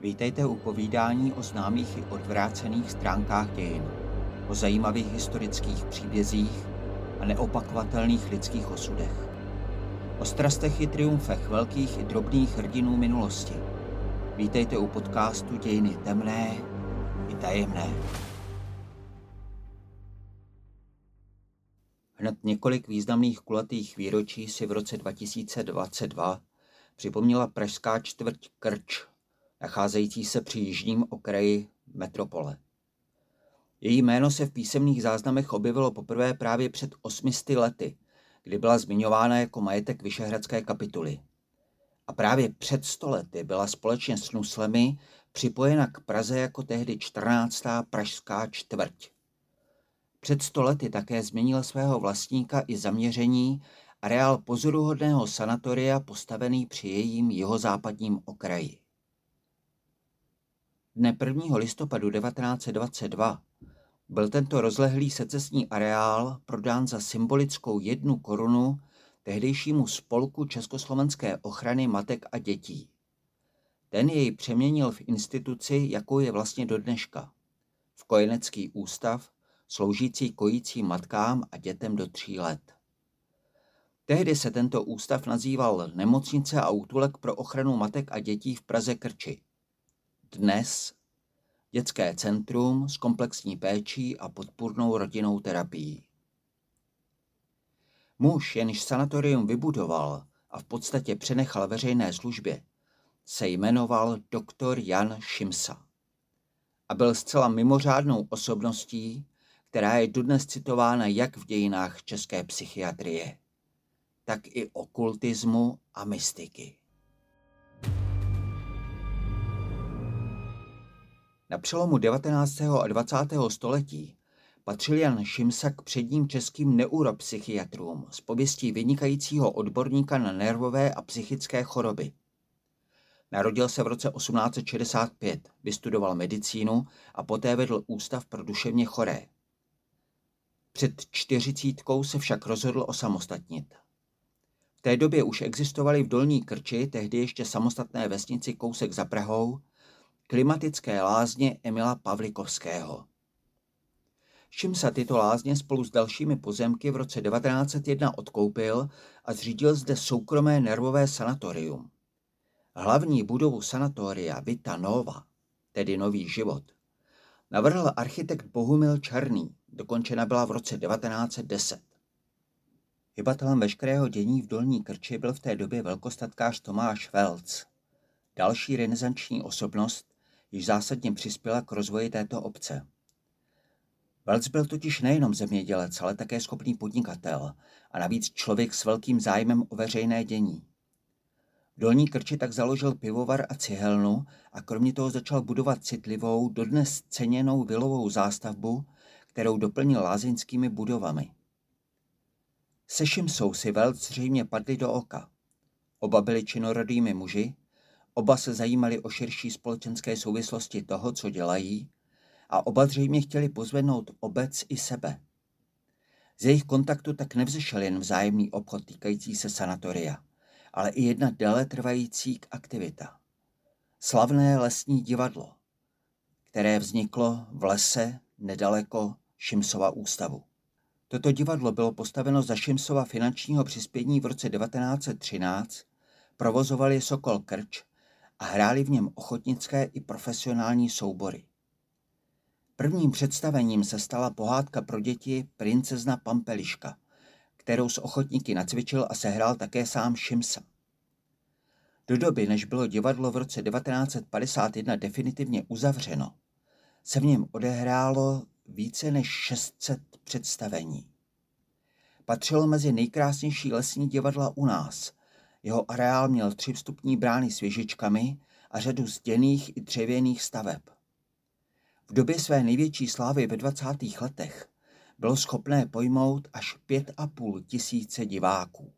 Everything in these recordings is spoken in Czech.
Vítejte u povídání o známých i odvrácených stránkách dějin, o zajímavých historických příbězích a neopakovatelných lidských osudech. O strastech i triumfech velkých i drobných hrdinů minulosti. Vítejte u podcastu Dějiny temné i tajemné. Hned několik významných kulatých výročí si v roce 2022 připomněla pražská čtvrť Krč, nacházející se při jižním okraji metropole. Její jméno se v písemných záznamech objevilo poprvé právě před 800 lety, kdy byla zmiňována jako majetek Vyšehradské kapituly. A právě před 100 lety byla společně s Nuslemi připojena k Praze jako tehdy 14. pražská čtvrť. Před 100 lety také změnil svého vlastníka i zaměření areál pozoruhodného sanatoria postavený při jejím jihozápadním okraji. Dne 1. listopadu 1922 byl tento rozlehlý secesní areál prodán za symbolickou 1 korunu tehdejšímu spolku Československé ochrany matek a dětí. Ten jej přeměnil v instituci, jakou je vlastně do dneška. V kojenecký ústav, sloužící kojícím matkám a dětem do 3 let. Tehdy se tento ústav nazýval Nemocnice a útulek pro ochranu matek a dětí v Praze Krči. Dnes dětské centrum s komplexní péčí a podpůrnou rodinnou terapií. Muž, jenž sanatorium vybudoval a v podstatě přenechal veřejné službě, se jmenoval doktor Jan Šimsa a byl zcela mimořádnou osobností, která je dodnes citována jak v dějinách české psychiatrie, tak i okultismu a mystiky. Na přelomu 19. a 20. století patřil Jan Šimsa k předním českým neuropsychiatrům s pověstí vynikajícího odborníka na nervové a psychické choroby. Narodil se v roce 1865, vystudoval medicínu a poté vedl ústav pro duševně choré. Před 40 se však rozhodl osamostatnit. V té době už existovaly v Dolní Krči, tehdy ještě samostatné vesnici kousek za Prahou, klimatické lázně Emila Pavlikovského. Šimsa tyto lázně spolu s dalšími pozemky v roce 1901 odkoupil a zřídil zde soukromé nervové sanatorium. Hlavní budovu sanatoria Vita Nova, tedy Nový život, navrhl architekt Bohumil Černý, dokončena byla v roce 1910. Hybatelem veškerého dění v Dolní Krči byl v té době velkostatkář Tomáš Velc, další renesanční osobnost, již zásadně přispěla k rozvoji této obce. Velc byl totiž nejenom zemědělec, ale také schopný podnikatel a navíc člověk s velkým zájmem o veřejné dění. V Dolní Krči tak založil pivovar a cihelnu a kromě toho začal budovat citlivou, dodnes ceněnou vilovou zástavbu, kterou doplnil lázeňskými budovami. Se Šimsou si Velc zřejmě padli do oka. Oba byli činorodými muži, oba se zajímali o širší společenské souvislosti toho, co dělají, a oba zřejmě chtěli pozvednout obec i sebe. Z jejich kontaktu tak nevzešel jen vzájemný obchod týkající se sanatoria, ale i jedna déle trvající aktivita. Slavné lesní divadlo, které vzniklo v lese nedaleko Šimsova ústavu. Toto divadlo bylo postaveno za Šimsova finančního přispění v roce 1913, provozoval je Sokol Krč a hráli v něm ochotnické i profesionální soubory. Prvním představením se stala pohádka pro děti Princezna Pampeliška, kterou s ochotníky nacvičil a sehrál také sám Šimsa. Do doby, než bylo divadlo v roce 1951 definitivně uzavřeno, se v něm odehrálo více než 600 představení. Patřilo mezi nejkrásnější lesní divadla u nás. Jeho areál měl 3 vstupní brány s věžičkami a řadu zděných i dřevěných staveb. V době své největší slávy ve 20. letech bylo schopné pojmout až 5,5 tisíce diváků.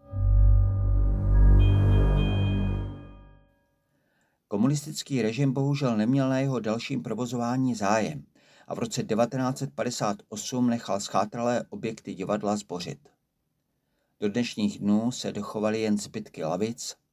Komunistický režim bohužel neměl na jeho dalším provozování zájem a v roce 1958 nechal schátralé objekty divadla zbořit. Do dnešních dnů se dochovaly jen zbytky lavic,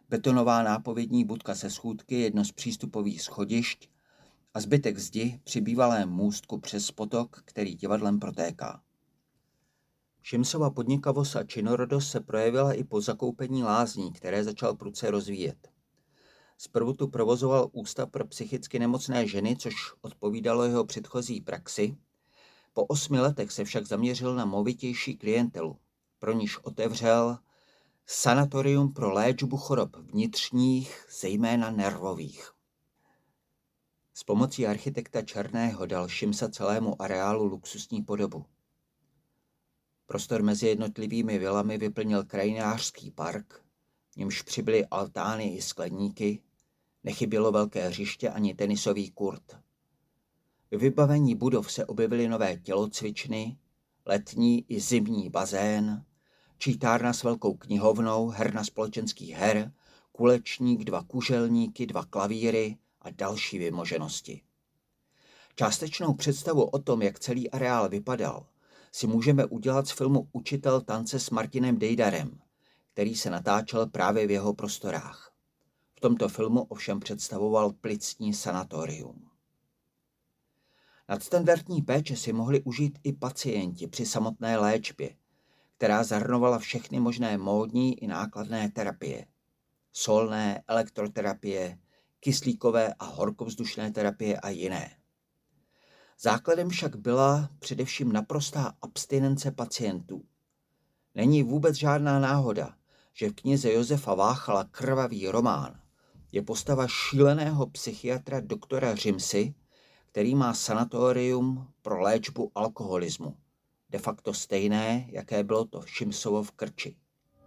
betonová nápovědní budka se schůdky, jedno z přístupových schodišť a zbytek zdi při bývalém můstku přes potok, který divadlem protéká. Šimsova podnikavost a činorodost se projevila i po zakoupení lázní, které začal prudce rozvíjet. Zprvu tu provozoval ústav pro psychicky nemocné ženy, což odpovídalo jeho předchozí praxi. Po 8 letech se však zaměřil na movitější klientelu, pro níž otevřel sanatorium pro léčbu chorob vnitřních, zejména nervových. S pomocí architekta Černého dal Šimsa celému areálu luxusní podobu. Prostor mezi jednotlivými vilami vyplnil krajinářský park, v němž přibyly altány i skleníky, nechybělo velké hřiště ani tenisový kurt. Ve vybavení budov se objevily nové tělocvičny, letní i zimní bazén, čítárna s velkou knihovnou, herna společenských her, kulečník, 2 kuželníky, 2 klavíry a další vymoženosti. Částečnou představu o tom, jak celý areál vypadal, si můžeme udělat z filmu Učitel tance s Martinem Dejdarem, který se natáčel právě v jeho prostorách. V tomto filmu ovšem představoval plicní sanatorium. Nadstandardní péče si mohli užít i pacienti při samotné léčbě, která zahrnovala všechny možné módní i nákladné terapie. Solné, elektroterapie, kyslíkové a horkovzdušné terapie a jiné. Základem však byla především naprostá abstinence pacientů. Není vůbec žádná náhoda, že v knize Josefa Váchala Krvavý román je postava šíleného psychiatra doktora Řimsy, který má sanatorium pro léčbu alkoholismu. De facto stejné, jaké bylo to Šimsovo v Krči.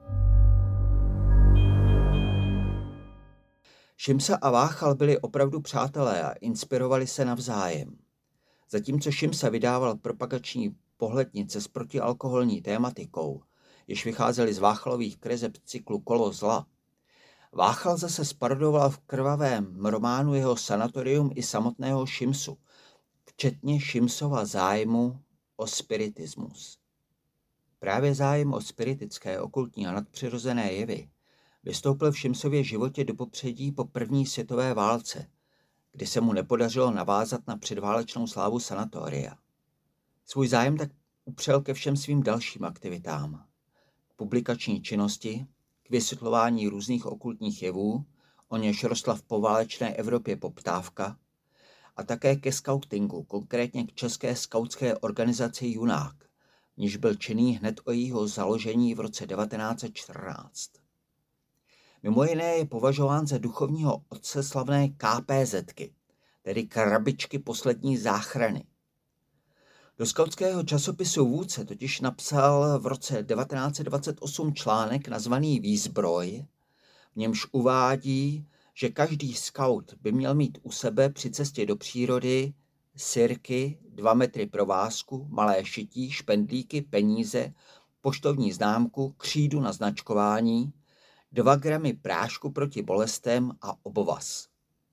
Šimsa a Váchal byli opravdu přátelé a inspirovali se navzájem. Zatímco Šimsa vydával propagační pohlednice s protialkoholní tématikou, jež vycházely z Váchalových kreseb cyklu Kolo zla, Váchal zase sparodoval v Krvavém románu jeho sanatorium i samotného Šimsu, včetně Šimsova zájmu o spiritismus. Právě zájem o spiritické, okultní a nadpřirozené jevy vystoupil v Šimsově životě do popředí po první světové válce, kdy se mu nepodařilo navázat na předválečnou slávu sanatoria. Svůj zájem tak upřel ke všem svým dalším aktivitám. K publikační činnosti, k vysvětlování různých okultních jevů, o něž rostla v poválečné Evropě poptávka, a také ke skautingu, konkrétně k české skautské organizaci Junák, v níž byl činný hned o jejího založení v roce 1914. Mimo jiné je považován za duchovního otce slavné KPZky, tedy Krabičky poslední záchrany. Do skautského časopisu Vůdce totiž napsal v roce 1928 článek nazvaný Výzbroj, v němž uvádí, že každý skaut by měl mít u sebe při cestě do přírody sirky, 2 metry provázku, malé šití, špendlíky, peníze, poštovní známku, křídu na značkování, 2 gramy prášku proti bolestem a obvaz.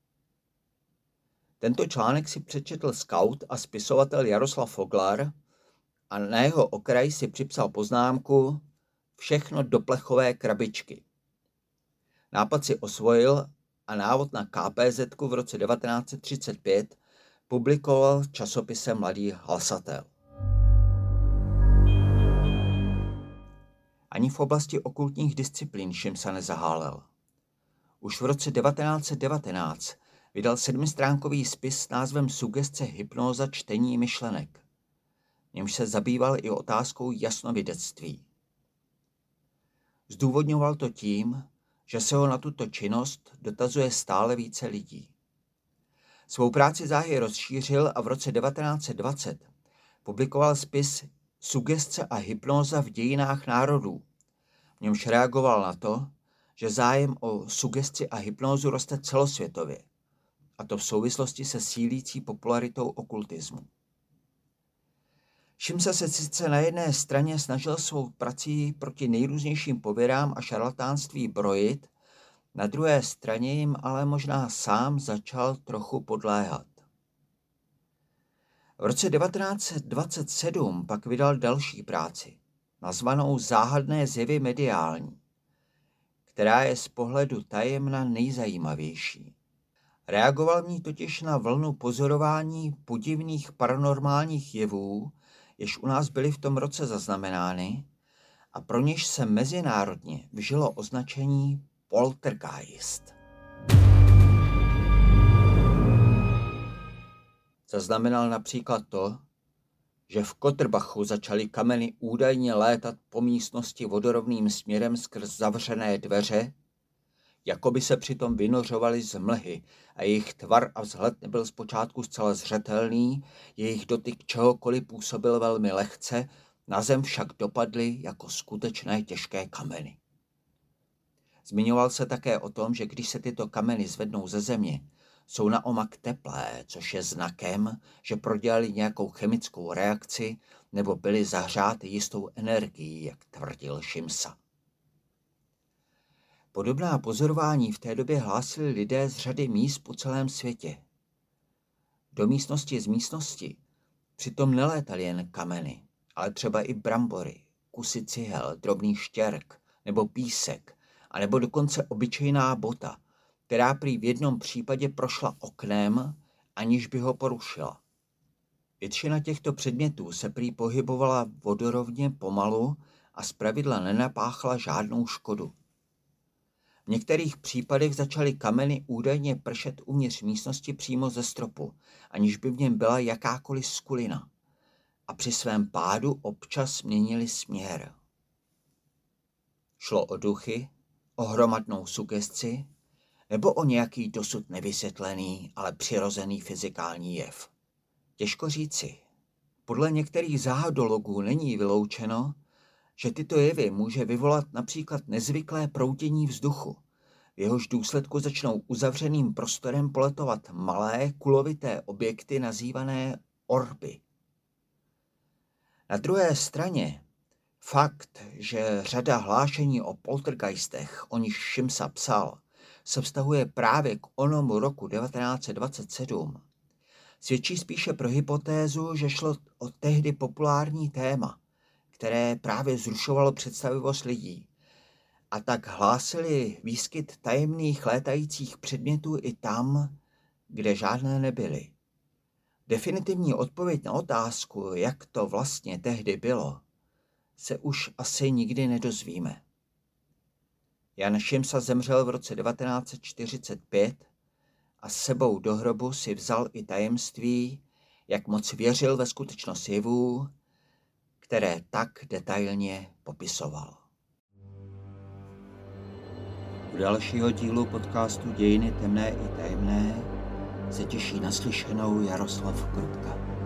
Tento článek si přečetl skaut a spisovatel Jaroslav Foglar a na jeho okraj si připsal poznámku všechno do plechové krabičky. Nápad si osvojil a návod na KPZ-ku v roce 1935 publikoval v časopise Mladý hlasatel. Ani v oblasti okultních disciplín Šimsa nezahálel. Už v roce 1919 vydal 7stránkový spis s názvem Sugestce, hypnóza, čtení myšlenek. V němž se zabýval i otázkou jasnovidectví. Zdůvodňoval to tím, že se ho na tuto činnost dotazuje stále více lidí. Svou práci záhy rozšířil a v roce 1920 publikoval spis Sugestce a hypnóza v dějinách národů. V němž reagoval na to, že zájem o sugestci a hypnózu roste celosvětově, a to v souvislosti se sílící popularitou okultismu. Šimsa se sice na jedné straně snažil svou prací proti nejrůznějším pověrám a šarlatánství brojit, na druhé straně jim ale možná sám začal trochu podléhat. V roce 1927 pak vydal další práci, nazvanou Záhadné zjevy mediální, která je z pohledu tajemna nejzajímavější. Reagoval v ní totiž na vlnu pozorování podivných paranormálních jevů, jež u nás byly v tom roce zaznamenány, a pro něž se mezinárodně vžilo označení poltergeist. Zaznamenal například to, že v Kotrbachu začaly kameny údajně létat po místnosti vodorovným směrem skrz zavřené dveře, jako by se přitom vynořovaly z mlhy a jejich tvar a vzhled nebyl zpočátku zcela zřetelný, jejich dotyk čehokoliv působil velmi lehce, na zem však dopadly jako skutečné těžké kameny. Zmiňoval se také o tom, že když se tyto kameny zvednou ze země, jsou na omak teplé, což je znakem, že prodělali nějakou chemickou reakci nebo byly zahřáty jistou energií, jak tvrdil Šimsa. Podobná pozorování v té době hlásili lidé z řady míst po celém světě. Do místnosti z místnosti přitom nelétaly jen kameny, ale třeba i brambory, kusy cihel, drobný štěrk nebo písek, anebo dokonce obyčejná bota, která prý v jednom případě prošla oknem, aniž by ho porušila. Většina těchto předmětů se prý pohybovala vodorovně pomalu a zpravidla nenapáchala žádnou škodu. V některých případech začaly kameny údajně pršet uvnitř místnosti přímo ze stropu, aniž by v něm byla jakákoliv skulina. A při svém pádu občas měnily směr. Šlo o duchy, o hromadnou sugestci, nebo o nějaký dosud nevysvětlený, ale přirozený fyzikální jev. Těžko říci. Podle některých záhadologů není vyloučeno, že tyto jevy může vyvolat například nezvyklé proudění vzduchu. V jehož důsledku začnou uzavřeným prostorem poletovat malé, kulovité objekty nazývané orby. Na druhé straně fakt, že řada hlášení o poltergeistech, o nich Šimsa psal, se vztahuje právě k onomu roku 1927, svědčí spíše pro hypotézu, že šlo o tehdy populární téma, které právě zrušovalo představivost lidí, a tak hlásili výskyt tajemných létajících předmětů i tam, kde žádné nebyly. Definitivní odpověď na otázku, jak to vlastně tehdy bylo, se už asi nikdy nedozvíme. Jan Šimsa zemřel v roce 1945 a s sebou do hrobu si vzal i tajemství, jak moc věřil ve skutečnost jevů, které tak detailně popisoval. U dalšího dílu podcastu Dějiny temné i tajemné se těší naslyšenou Jaroslav Krupka.